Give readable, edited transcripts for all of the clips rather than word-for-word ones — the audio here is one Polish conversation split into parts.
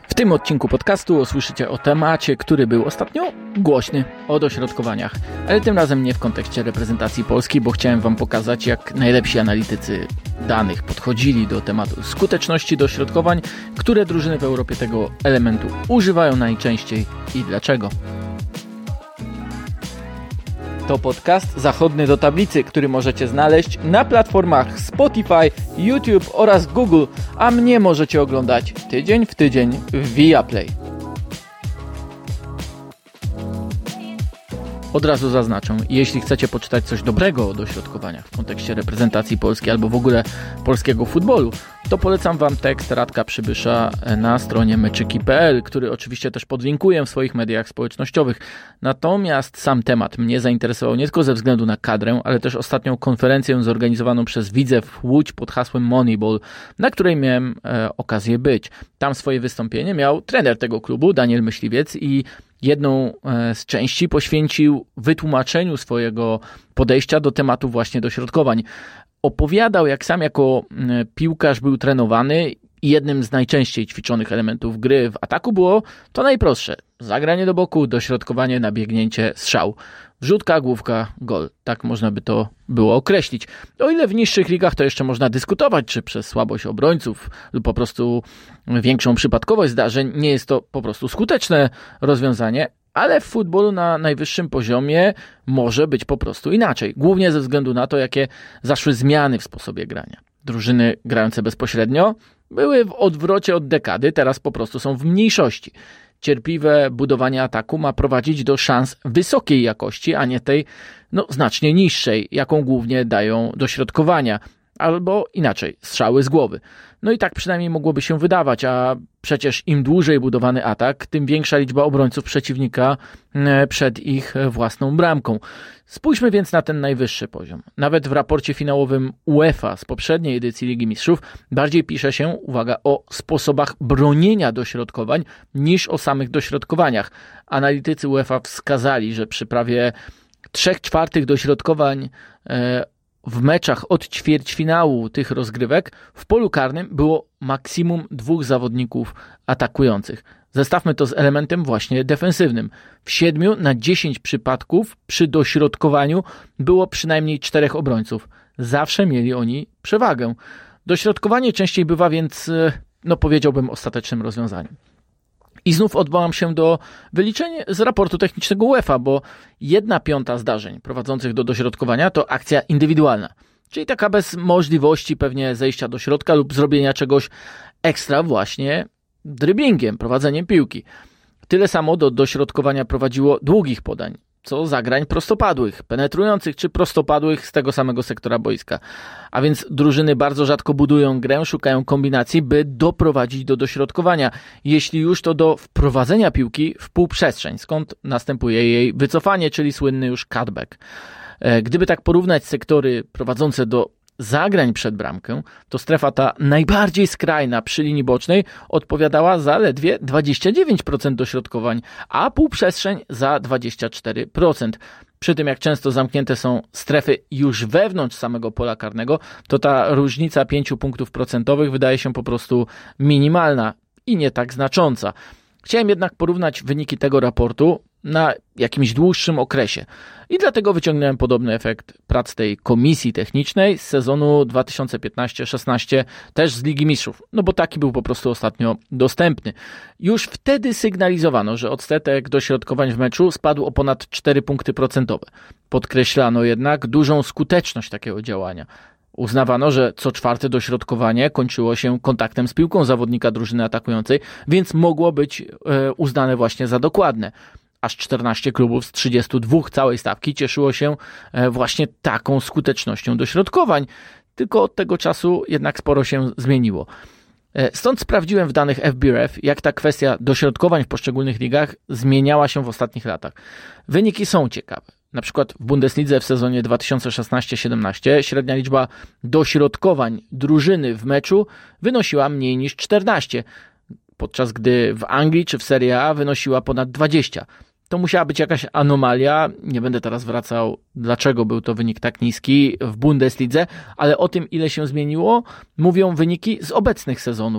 W tym odcinku podcastu usłyszycie o temacie, który był ostatnio głośny, o dośrodkowaniach, ale tym razem nie w kontekście reprezentacji Polski, bo chciałem wam pokazać, jak najlepsi analitycy danych podchodzili do tematu skuteczności dośrodkowań, które drużyny w Europie tego elementu używają najczęściej i dlaczego. To podcast Zachodny do Tablicy, który możecie znaleźć na platformach Spotify, YouTube oraz Google, a mnie możecie oglądać tydzień w tydzień w Viaplay. Od razu zaznaczę, jeśli chcecie poczytać coś dobrego o dośrodkowaniach w kontekście reprezentacji Polski albo w ogóle polskiego futbolu, to polecam wam tekst Radka Przybysza na stronie meczyki.pl, który oczywiście też podlinkuję w swoich mediach społecznościowych. Natomiast sam temat mnie zainteresował nie tylko ze względu na kadrę, ale też ostatnią konferencję zorganizowaną przez Widzew Łódź pod hasłem Moneyball, na której miałem okazję być. Tam swoje wystąpienie miał trener tego klubu, Daniel Myśliwiec, i jedną z części poświęcił wytłumaczeniu swojego podejścia do tematu właśnie dośrodkowań. Opowiadał, jak sam jako piłkarz był trenowany i jednym z najczęściej ćwiczonych elementów gry w ataku było to najprostsze. Zagranie do boku, dośrodkowanie, nabiegnięcie, strzał. Wrzutka, główka, gol. Tak można by to było określić. O ile w niższych ligach to jeszcze można dyskutować, czy przez słabość obrońców lub po prostu większą przypadkowość zdarzeń nie jest to po prostu skuteczne rozwiązanie, ale w futbolu na najwyższym poziomie może być po prostu inaczej. Głównie ze względu na to, jakie zaszły zmiany w sposobie grania. Drużyny grające bezpośrednio były w odwrocie od dekady, teraz po prostu są w mniejszości. Cierpliwe budowanie ataku ma prowadzić do szans wysokiej jakości, a nie tej znacznie niższej, jaką głównie dają dośrodkowania, albo inaczej, strzały z głowy. No i tak przynajmniej mogłoby się wydawać, a przecież im dłużej budowany atak, tym większa liczba obrońców przeciwnika przed ich własną bramką. Spójrzmy więc na ten najwyższy poziom. Nawet w raporcie finałowym UEFA z poprzedniej edycji Ligi Mistrzów bardziej pisze się, uwaga, o sposobach bronienia dośrodkowań niż o samych dośrodkowaniach. Analitycy UEFA wskazali, że przy prawie 3/4 dośrodkowań w meczach od ćwierćfinału tych rozgrywek w polu karnym było maksimum 2 zawodników atakujących. Zestawmy to z elementem właśnie defensywnym. W 7 na 10 przypadków przy dośrodkowaniu było przynajmniej 4 obrońców. Zawsze mieli oni przewagę. Dośrodkowanie częściej bywa więc, powiedziałbym, ostatecznym rozwiązaniem. I znów odwołam się do wyliczeń z raportu technicznego UEFA, bo 1/5 zdarzeń prowadzących do dośrodkowania to akcja indywidualna, czyli taka bez możliwości pewnie zejścia do środka lub zrobienia czegoś ekstra właśnie driblingiem, prowadzeniem piłki. Tyle samo do dośrodkowania prowadziło długich podań, co zagrań prostopadłych, penetrujących czy prostopadłych z tego samego sektora boiska. A więc drużyny bardzo rzadko budują grę, szukają kombinacji, by doprowadzić do dośrodkowania. Jeśli już, to do wprowadzenia piłki w półprzestrzeń, skąd następuje jej wycofanie, czyli słynny już cutback. Gdyby tak porównać sektory prowadzące do zagrań przed bramkę, to strefa ta najbardziej skrajna przy linii bocznej odpowiadała za zaledwie 29% dośrodkowań, a półprzestrzeń za 24%. Przy tym, jak często zamknięte są strefy już wewnątrz samego pola karnego, to ta różnica 5 punktów procentowych wydaje się po prostu minimalna i nie tak znacząca. Chciałem jednak porównać wyniki tego raportu na jakimś dłuższym okresie i dlatego wyciągnąłem podobny efekt prac tej komisji technicznej z sezonu 2015-16, też z Ligi Mistrzów, bo taki był po prostu ostatnio dostępny. Już wtedy sygnalizowano, że odsetek dośrodkowań w meczu spadł o ponad 4 punkty procentowe. Podkreślano jednak dużą skuteczność takiego działania. Uznawano, że co 4 dośrodkowanie kończyło się kontaktem z piłką zawodnika drużyny atakującej, więc mogło być uznane właśnie za dokładne. Aż 14 klubów z 32 całej stawki cieszyło się właśnie taką skutecznością dośrodkowań. Tylko od tego czasu jednak sporo się zmieniło. Stąd sprawdziłem w danych FBref, jak ta kwestia dośrodkowań w poszczególnych ligach zmieniała się w ostatnich latach. Wyniki są ciekawe. Na przykład w Bundeslidze w sezonie 2016-17 średnia liczba dośrodkowań drużyny w meczu wynosiła mniej niż 14, podczas gdy w Anglii czy w Serie A wynosiła ponad 20. To musiała być jakaś anomalia, nie będę teraz wracał, dlaczego był to wynik tak niski w Bundeslidze, ale o tym, ile się zmieniło, mówią wyniki z obecnych sezonów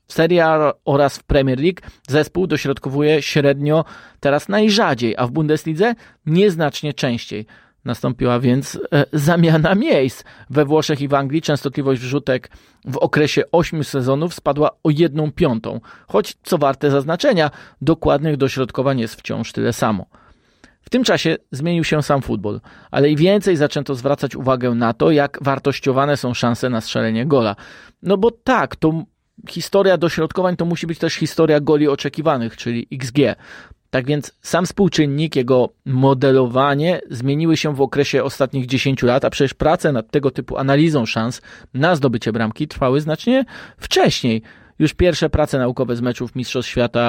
W Serie A oraz w Premier League zespół dośrodkowuje średnio teraz najrzadziej, a w Bundeslidze nieznacznie częściej. Nastąpiła więc zamiana miejsc. We Włoszech i w Anglii częstotliwość wrzutek w okresie 8 sezonów spadła o 1/5, choć co warte zaznaczenia, dokładnych dośrodkowań jest wciąż tyle samo. W tym czasie zmienił się sam futbol, ale i więcej zaczęto zwracać uwagę na to, jak wartościowane są szanse na strzelenie gola. No bo tak, to historia dośrodkowań to musi być też historia goli oczekiwanych, czyli XG. Tak więc sam współczynnik, jego modelowanie zmieniły się w okresie ostatnich 10 lat, a przecież prace nad tego typu analizą szans na zdobycie bramki trwały znacznie wcześniej. Już pierwsze prace naukowe z meczów Mistrzostw Świata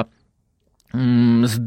z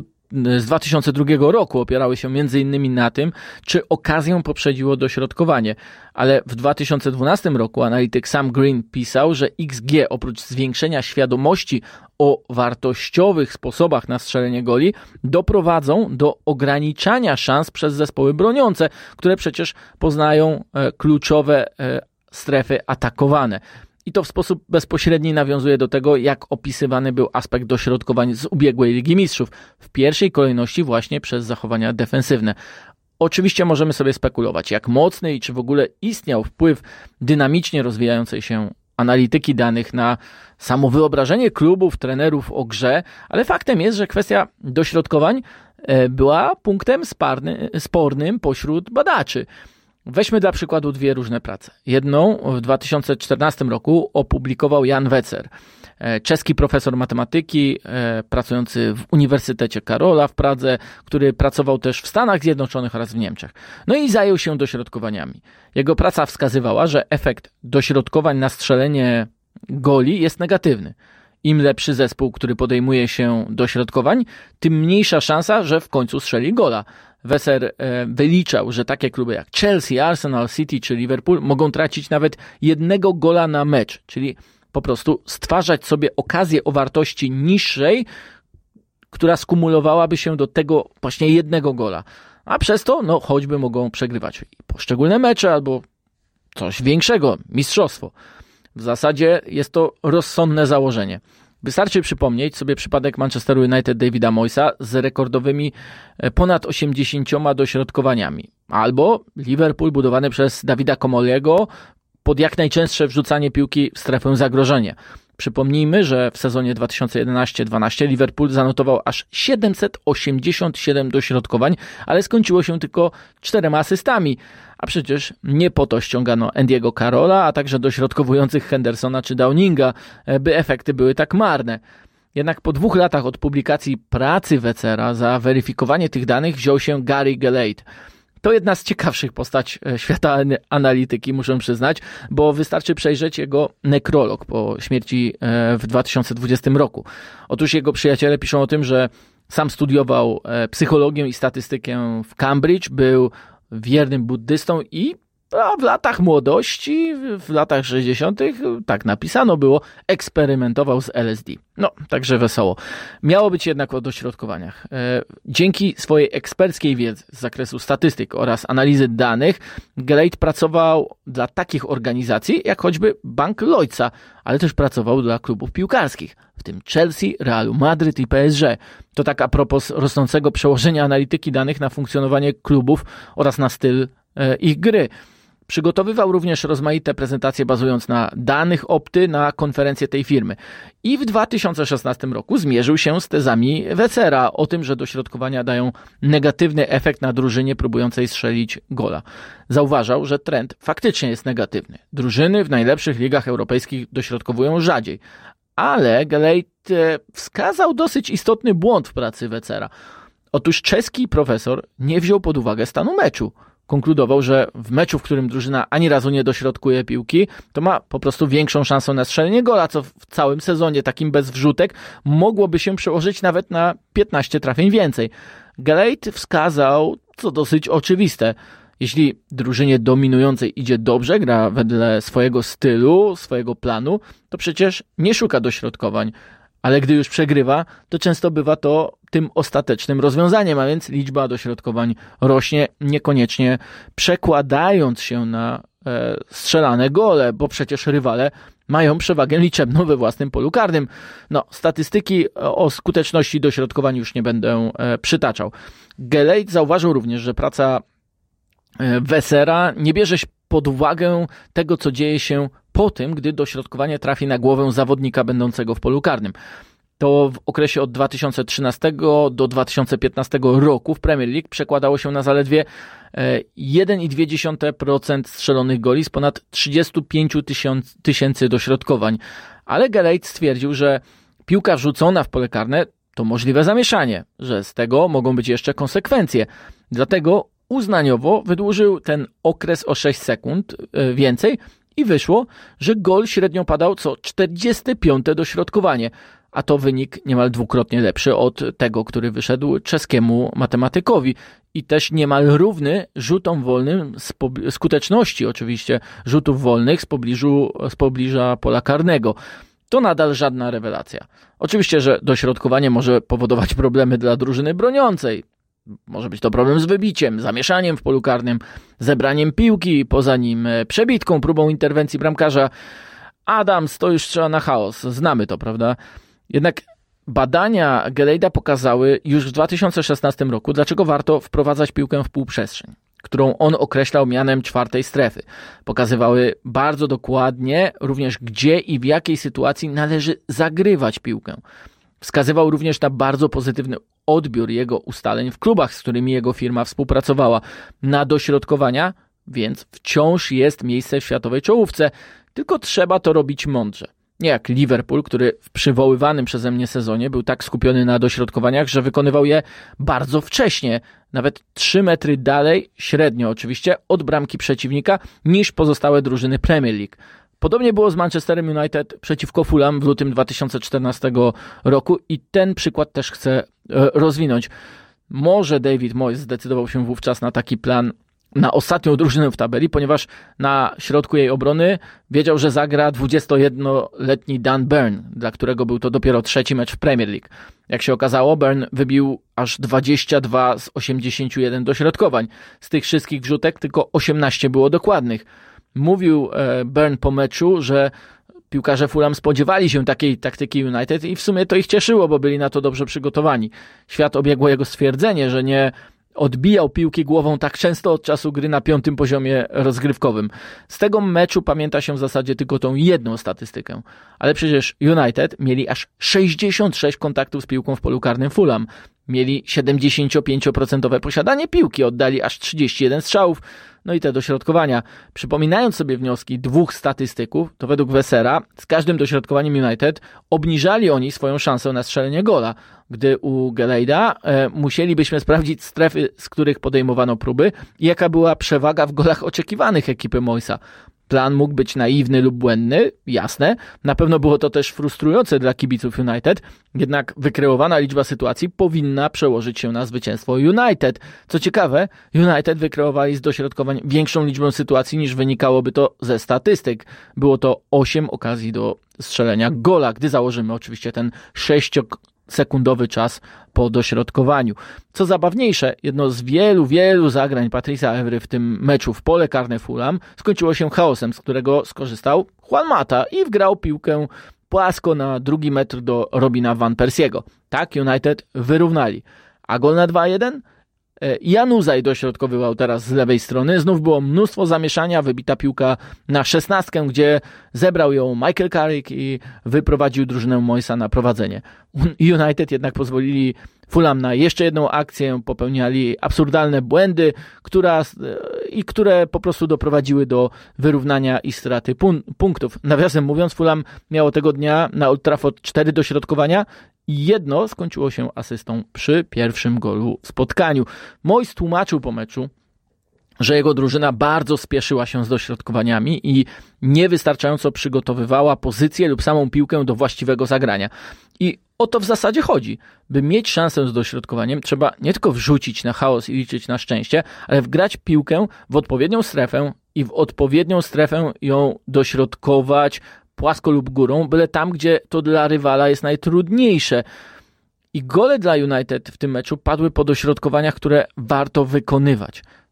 2002 roku opierały się m.in. na tym, czy okazję poprzedziło dośrodkowanie. Ale w 2012 roku analityk Sam Green pisał, że XG oprócz zwiększenia świadomości o wartościowych sposobach na strzelenie goli doprowadzą do ograniczania szans przez zespoły broniące, które przecież poznają kluczowe strefy atakowane. I to w sposób bezpośredni nawiązuje do tego, jak opisywany był aspekt dośrodkowań z ubiegłej Ligi Mistrzów. W pierwszej kolejności właśnie przez zachowania defensywne. Oczywiście możemy sobie spekulować, jak mocny i czy w ogóle istniał wpływ dynamicznie rozwijającej się analityki danych na samo wyobrażenie klubów, trenerów o grze, ale faktem jest, że kwestia dośrodkowań była punktem spornym pośród badaczy. Weźmy dla przykładu dwie różne prace. Jedną w 2014 roku opublikował Jan Wecer, czeski profesor matematyki pracujący w Uniwersytecie Karola w Pradze, który pracował też w Stanach Zjednoczonych oraz w Niemczech. No i zajął się dośrodkowaniami. Jego praca wskazywała, że efekt dośrodkowań na strzelenie goli jest negatywny. Im lepszy zespół, który podejmuje się dośrodkowań, tym mniejsza szansa, że w końcu strzeli gola. Weser wyliczał, że takie kluby jak Chelsea, Arsenal, City czy Liverpool mogą tracić nawet 1 gola na mecz, czyli po prostu stwarzać sobie okazję o wartości niższej, która skumulowałaby się do tego właśnie 1 gola. A przez to choćby mogą przegrywać poszczególne mecze albo coś większego, mistrzostwo. W zasadzie jest to rozsądne założenie. Wystarczy przypomnieć sobie przypadek Manchesteru United Davida Moyesa z rekordowymi ponad 80 dośrodkowaniami. Albo Liverpool budowany przez Davida Comolliego pod jak najczęstsze wrzucanie piłki w strefę zagrożenia. Przypomnijmy, że w sezonie 2011-12 Liverpool zanotował aż 787 dośrodkowań, ale skończyło się tylko 4 asystami. A przecież nie po to ściągano Andy'ego Carrolla, a także dośrodkowujących Hendersona czy Downinga, by efekty były tak marne. Jednak po 2 latach od publikacji pracy Wecera za weryfikowanie tych danych wziął się Gary Gelate. To jedna z ciekawszych postaci świata analityki, muszę przyznać, bo wystarczy przejrzeć jego nekrolog po śmierci w 2020 roku. Otóż jego przyjaciele piszą o tym, że sam studiował psychologię i statystykę w Cambridge, był wiernym buddystą i w latach młodości, w latach 60., tak napisano było, eksperymentował z LSD. Także wesoło. Miało być jednak o dośrodkowaniach. Dzięki swojej eksperckiej wiedzy z zakresu statystyk oraz analizy danych, Gelate pracował dla takich organizacji jak choćby Bank Lloydsa, ale też pracował dla klubów piłkarskich, w tym Chelsea, Realu Madryt i PSG. To tak a propos rosnącego przełożenia analityki danych na funkcjonowanie klubów oraz na styl ich gry. Przygotowywał również rozmaite prezentacje bazując na danych Opty na konferencję tej firmy. I w 2016 roku zmierzył się z tezami Wecera o tym, że dośrodkowania dają negatywny efekt na drużynie próbującej strzelić gola. Zauważał, że trend faktycznie jest negatywny. Drużyny w najlepszych ligach europejskich dośrodkowują rzadziej. Ale Gelate wskazał dosyć istotny błąd w pracy Wecera. Otóż czeski profesor nie wziął pod uwagę stanu meczu. Konkludował, że w meczu, w którym drużyna ani razu nie dośrodkuje piłki, to ma po prostu większą szansę na strzelenie gola, co w całym sezonie takim bez wrzutek mogłoby się przełożyć nawet na 15 trafień więcej. Gelate wskazał, co dosyć oczywiste, jeśli drużynie dominującej idzie dobrze, gra wedle swojego stylu, swojego planu, to przecież nie szuka dośrodkowań. Ale gdy już przegrywa, to często bywa to tym ostatecznym rozwiązaniem, a więc liczba dośrodkowań rośnie, niekoniecznie przekładając się na strzelane gole, bo przecież rywale mają przewagę liczebną we własnym polu karnym. No, statystyki o skuteczności dośrodkowań już nie będę przytaczał. Gelejt zauważył również, że praca Wessera nie bierze pod uwagę tego, co dzieje się po tym, gdy dośrodkowanie trafi na głowę zawodnika będącego w polu karnym. To w okresie od 2013 do 2015 roku w Premier League przekładało się na zaledwie 1,2% strzelonych goli z ponad 35 tysięcy dośrodkowań. Ale Gelejt stwierdził, że piłka wrzucona w pole karne to możliwe zamieszanie, że z tego mogą być jeszcze konsekwencje. Dlatego uznaniowo wydłużył ten okres o 6 sekund więcej i wyszło, że gol średnio padał co 45 dośrodkowanie, a to wynik niemal dwukrotnie lepszy od tego, który wyszedł czeskiemu matematykowi i też niemal równy rzutom wolnym skuteczności oczywiście rzutów wolnych z pobliża pola karnego. To nadal żadna rewelacja. Oczywiście, że dośrodkowanie może powodować problemy dla drużyny broniącej. Może być to problem z wybiciem, zamieszaniem w polu karnym, zebraniem piłki, poza nim przebitką, próbą interwencji bramkarza. Adams, to już trzeba na chaos. Znamy to, prawda? Jednak badania Gelejda pokazały już w 2016 roku, dlaczego warto wprowadzać piłkę w półprzestrzeń, którą on określał mianem czwartej strefy. Pokazywały bardzo dokładnie również, gdzie i w jakiej sytuacji należy zagrywać piłkę. Wskazywał również na bardzo pozytywny odbiór jego ustaleń w klubach, z którymi jego firma współpracowała. Na dośrodkowania, więc wciąż jest miejsce w światowej czołówce, tylko trzeba to robić mądrze. Nie jak Liverpool, który w przywoływanym przeze mnie sezonie był tak skupiony na dośrodkowaniach, że wykonywał je bardzo wcześnie, nawet 3 metry dalej, średnio oczywiście, od bramki przeciwnika, niż pozostałe drużyny Premier League. Podobnie było z Manchesterem United przeciwko Fulham w lutym 2014 roku i ten przykład też chcę rozwinąć. Może David Moyes zdecydował się wówczas na taki plan na ostatnią drużynę w tabeli, ponieważ na środku jej obrony wiedział, że zagra 21-letni Dan Burn, dla którego był to dopiero 3. mecz w Premier League. Jak się okazało, Burn wybił aż 22 z 81 dośrodkowań. Z tych wszystkich wrzutek tylko 18 było dokładnych. Mówił Burn po meczu, że piłkarze Fulham spodziewali się takiej taktyki United i w sumie to ich cieszyło, bo byli na to dobrze przygotowani. Świat obiegło jego stwierdzenie, że nie odbijał piłki głową tak często od czasu gry na 5. poziomie rozgrywkowym. Z tego meczu pamięta się w zasadzie tylko tą jedną statystykę. Ale przecież United mieli aż 66 kontaktów z piłką w polu karnym Fulham. Mieli 75% posiadanie piłki, oddali aż 31 strzałów, no i te dośrodkowania. Przypominając sobie wnioski dwóch statystyków, to według Wessera z każdym dośrodkowaniem United obniżali oni swoją szansę na strzelenie gola. Gdy u Gelejda musielibyśmy sprawdzić strefy, z których podejmowano próby i jaka była przewaga w golach oczekiwanych ekipy Moyesa. Plan mógł być naiwny lub błędny, jasne. Na pewno było to też frustrujące dla kibiców United, jednak wykreowana liczba sytuacji powinna przełożyć się na zwycięstwo United. Co ciekawe, United wykreowali z dośrodkowań większą liczbę sytuacji niż wynikałoby to ze statystyk. Było to 8 okazji do strzelenia gola, gdy założymy oczywiście ten 6-sekundowy czas po dośrodkowaniu. Co zabawniejsze, jedno z wielu zagrań Patricia Evry w tym meczu w pole karne Fulham skończyło się chaosem, z którego skorzystał Juan Mata i wgrał piłkę płasko na 2 metr do Robina Van Persiego. Tak United wyrównali. A gol na 2-1? Januzaj dośrodkowywał teraz z lewej strony. Znów było mnóstwo zamieszania, wybita piłka na 16, gdzie zebrał ją Michael Carrick i wyprowadził drużynę Moyesa na prowadzenie. United jednak pozwolili Fulham na jeszcze jedną akcję, popełniali absurdalne błędy, które po prostu doprowadziły do wyrównania i straty punktów. Nawiasem mówiąc, Fulham miało tego dnia na Old Trafford 4 dośrodkowania i jedno skończyło się asystą przy pierwszym golu w spotkaniu. Moyes tłumaczył po meczu, że jego drużyna bardzo spieszyła się z dośrodkowaniami i niewystarczająco przygotowywała pozycję lub samą piłkę do właściwego zagrania. I o to w zasadzie chodzi. By mieć szansę z dośrodkowaniem, trzeba nie tylko wrzucić na chaos i liczyć na szczęście, ale wgrać piłkę w odpowiednią strefę i w odpowiednią strefę ją dośrodkować płasko lub górą, byle tam, gdzie to dla rywala jest najtrudniejsze. I gole dla United w tym meczu padły po dośrodkowaniach, które warto wykonywać.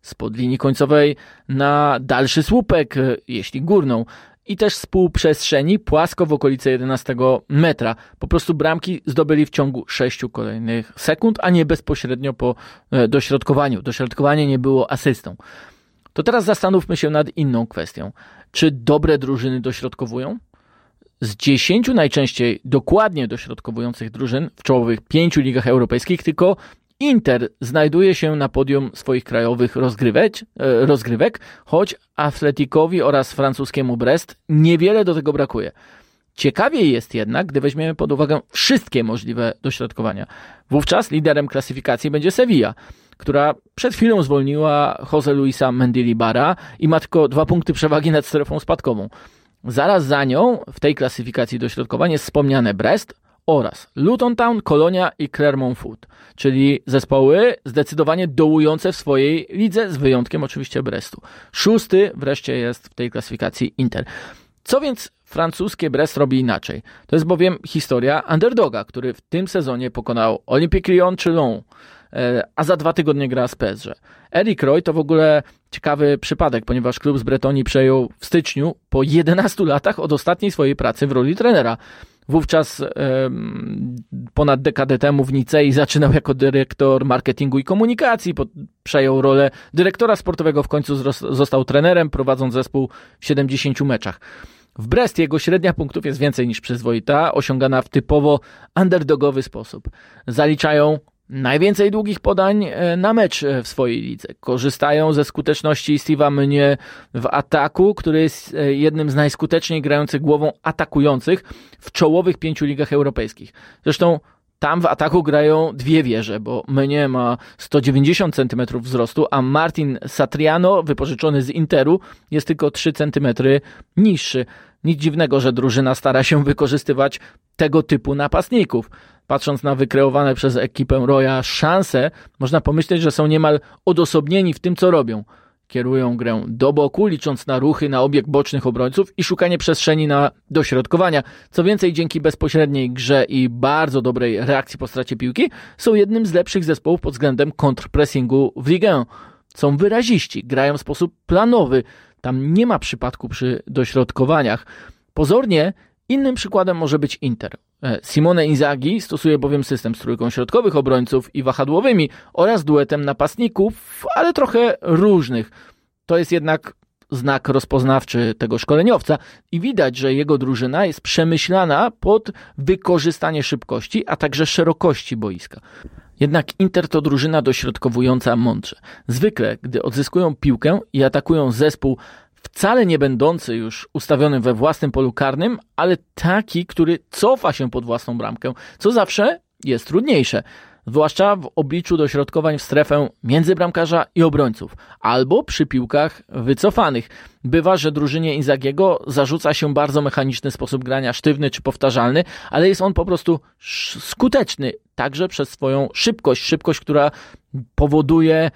spod linii końcowej na dalszy słupek, jeśli górną, i też z półprzestrzeni płasko w okolicy 11 metra. Po prostu bramki zdobyli w ciągu 6 kolejnych sekund, a nie bezpośrednio po dośrodkowaniu. Dośrodkowanie nie było asystą. To teraz zastanówmy się nad inną kwestią. Czy dobre drużyny dośrodkowują? Z 10 najczęściej dokładnie dośrodkowujących drużyn w czołowych 5 ligach europejskich tylko Inter znajduje się na podium swoich krajowych rozgrywek, choć Atleticowi oraz francuskiemu Brest niewiele do tego brakuje. Ciekawiej jest jednak, gdy weźmiemy pod uwagę wszystkie możliwe dośrodkowania. Wówczas liderem klasyfikacji będzie Sevilla, która przed chwilą zwolniła Jose Luisa Mendilibara i ma tylko 2 punkty przewagi nad strefą spadkową. Zaraz za nią w tej klasyfikacji dośrodkowań jest wspomniane Brest oraz Luton Town, Kolonia i Clermont Foot, czyli zespoły zdecydowanie dołujące w swojej lidze, z wyjątkiem oczywiście Brestu. 6. wreszcie jest w tej klasyfikacji Inter. Co więc francuskie Brest robi inaczej? To jest bowiem historia underdoga, który w tym sezonie pokonał Olympique Lyon czy Lyon, a za 2 tygodnie gra z PSG. Eric Roy to w ogóle ciekawy przypadek, ponieważ klub z Bretonii przejął w styczniu po 11 latach od ostatniej swojej pracy w roli trenera. Wówczas ponad dekadę temu w Nicei zaczynał jako dyrektor marketingu i komunikacji, przejął rolę dyrektora sportowego, w końcu został trenerem, prowadząc zespół w 70 meczach. W Brest jego średnia punktów jest więcej niż przyzwoita, osiągana w typowo underdogowy sposób. Zaliczają najwięcej długich podań na mecz w swojej lidze. Korzystają ze skuteczności Steve'a Meunier w ataku, który jest jednym z najskuteczniej grających głową atakujących w czołowych 5 ligach europejskich. Zresztą tam w ataku grają 2 wieże, bo Meunier ma 190 cm wzrostu, a Martin Satriano, wypożyczony z Interu, jest tylko 3 cm niższy. Nic dziwnego, że drużyna stara się wykorzystywać tego typu napastników. Patrząc na wykreowane przez ekipę Roya szanse, można pomyśleć, że są niemal odosobnieni w tym, co robią. Kierują grę do boku, licząc na ruchy na obieg bocznych obrońców i szukanie przestrzeni na dośrodkowania. Co więcej, dzięki bezpośredniej grze i bardzo dobrej reakcji po stracie piłki, są jednym z lepszych zespołów pod względem kontrpressingu w Ligue 1. Są wyraziści, grają w sposób planowy. Tam nie ma przypadku przy dośrodkowaniach. Pozornie innym przykładem może być Inter. Simone Inzaghi stosuje bowiem system z trójką środkowych obrońców i wahadłowymi oraz duetem napastników, ale trochę różnych. To jest jednak znak rozpoznawczy tego szkoleniowca i widać, że jego drużyna jest przemyślana pod wykorzystanie szybkości, a także szerokości boiska. Jednak Inter to drużyna dośrodkowująca mądrze. Zwykle, gdy odzyskują piłkę i atakują zespół wcale nie będący już ustawionym we własnym polu karnym, ale taki, który cofa się pod własną bramkę, co zawsze jest trudniejsze. Zwłaszcza w obliczu dośrodkowań w strefę między bramkarza i obrońców, albo przy piłkach wycofanych. Bywa, że drużynie Inzagiego zarzuca się bardzo mechaniczny sposób grania, sztywny czy powtarzalny, ale jest on po prostu skuteczny, także przez swoją szybkość, która powoduje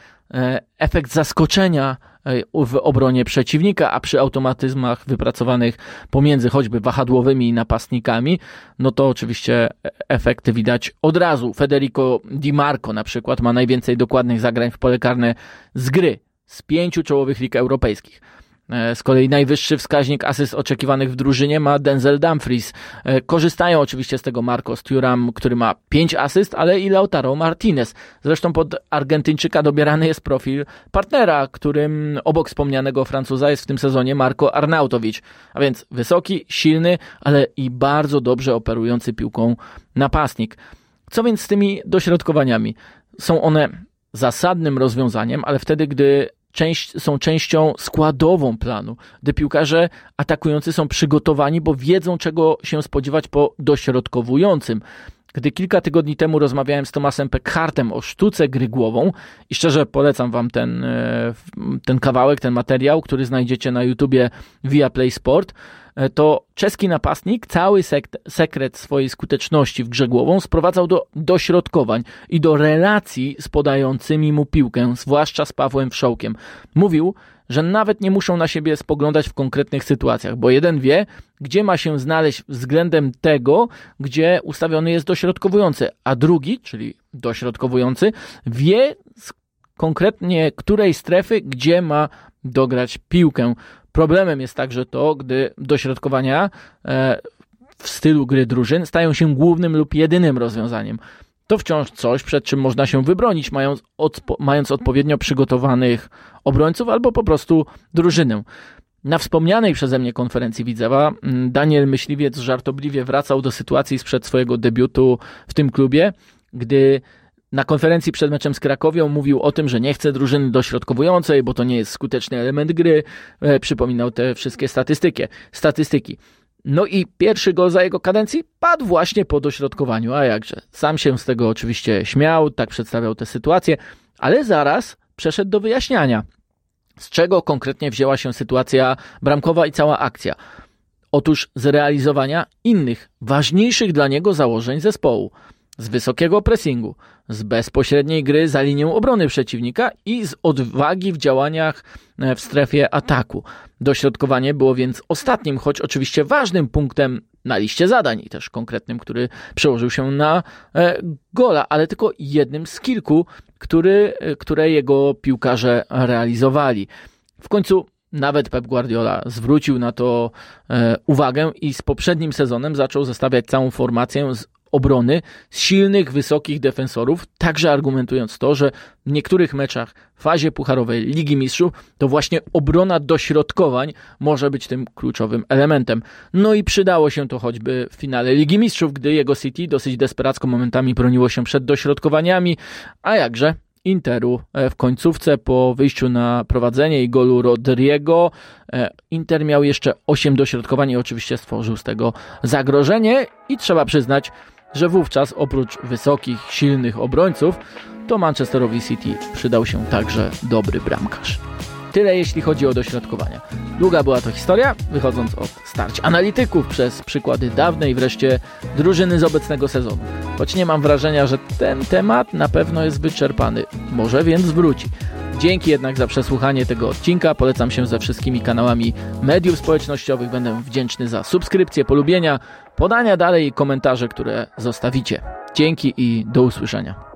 efekt zaskoczenia w obronie przeciwnika, a przy automatyzmach wypracowanych pomiędzy choćby wahadłowymi napastnikami, no to oczywiście efekty widać od razu. Federico Di Marco na przykład ma najwięcej dokładnych zagrań w pole karne z gry, z 5 czołowych lig europejskich. Z kolei najwyższy wskaźnik asyst oczekiwanych w drużynie ma Denzel Dumfries. Korzystają oczywiście z tego Marcos Thuram, który ma 5 asyst, ale i Lautaro Martinez. Zresztą pod Argentyńczyka dobierany jest profil partnera, którym obok wspomnianego Francuza jest w tym sezonie Marco Arnautovic. A więc wysoki, silny, ale i bardzo dobrze operujący piłką napastnik. Co więc z tymi dośrodkowaniami? Są one zasadnym rozwiązaniem, ale wtedy, gdy są częścią składową planu, gdy piłkarze atakujący są przygotowani, bo wiedzą, czego się spodziewać po dośrodkowującym. Gdy kilka tygodni temu rozmawiałem z Tomasem Pekhartem o sztuce gry głową i szczerze polecam wam ten kawałek, ten materiał, który znajdziecie na YouTubie Viaplay Sport, to czeski napastnik cały sekret swojej skuteczności w grze głową sprowadzał do dośrodkowań i do relacji z podającymi mu piłkę, zwłaszcza z Pawłem Wszołkiem. Mówił, że nawet nie muszą na siebie spoglądać w konkretnych sytuacjach, bo jeden wie, gdzie ma się znaleźć względem tego, gdzie ustawiony jest dośrodkowujący, a drugi, czyli dośrodkowujący, wie, konkretnie której strefy, gdzie ma dograć piłkę. Problemem jest także to, gdy dośrodkowania w stylu gry drużyn stają się głównym lub jedynym rozwiązaniem. To wciąż coś, przed czym można się wybronić, mając odpowiednio przygotowanych obrońców albo po prostu drużynę. Na wspomnianej przeze mnie konferencji Widzewa Daniel Myśliwiec żartobliwie wracał do sytuacji sprzed swojego debiutu w tym klubie, gdy na konferencji przed meczem z Krakowią mówił o tym, że nie chce drużyny dośrodkowującej, bo to nie jest skuteczny element gry. Przypominał te wszystkie statystyki. No i pierwszy gol za jego kadencji padł właśnie po dośrodkowaniu, a jakże. Sam się z tego oczywiście śmiał, tak przedstawiał tę sytuację, ale zaraz przeszedł do wyjaśniania, z czego konkretnie wzięła się sytuacja bramkowa i cała akcja. Otóż z realizowania innych, ważniejszych dla niego założeń zespołu. Z wysokiego pressingu, z bezpośredniej gry za linią obrony przeciwnika i z odwagi w działaniach w strefie ataku. Dośrodkowanie było więc ostatnim, choć oczywiście ważnym punktem na liście zadań i też konkretnym, który przełożył się na gola, ale tylko jednym z kilku, które jego piłkarze realizowali. W końcu nawet Pep Guardiola zwrócił na to uwagę i z poprzednim sezonem zaczął zestawiać całą formację z obrony, z silnych, wysokich defensorów, także argumentując to, że w niektórych meczach w fazie pucharowej Ligi Mistrzów to właśnie obrona dośrodkowań może być tym kluczowym elementem. No i przydało się to choćby w finale Ligi Mistrzów, gdy jego City dosyć desperacko momentami broniło się przed dośrodkowaniami, a jakże Interu w końcówce po wyjściu na prowadzenie i golu Rodriego Inter miał jeszcze 8 dośrodkowań i oczywiście stworzył z tego zagrożenie i trzeba przyznać, że wówczas oprócz wysokich, silnych obrońców to Manchesterowi City przydał się także dobry bramkarz. Tyle jeśli chodzi o dośrodkowania. Długa była to historia, wychodząc od starć analityków przez przykłady dawnej wreszcie drużyny z obecnego sezonu. Choć nie mam wrażenia, że ten temat na pewno jest wyczerpany. Może więc wróci. Dzięki jednak za przesłuchanie tego odcinka. Polecam się ze wszystkimi kanałami mediów społecznościowych. Będę wdzięczny za subskrypcję, polubienia, podania dalej i komentarze, które zostawicie. Dzięki i do usłyszenia.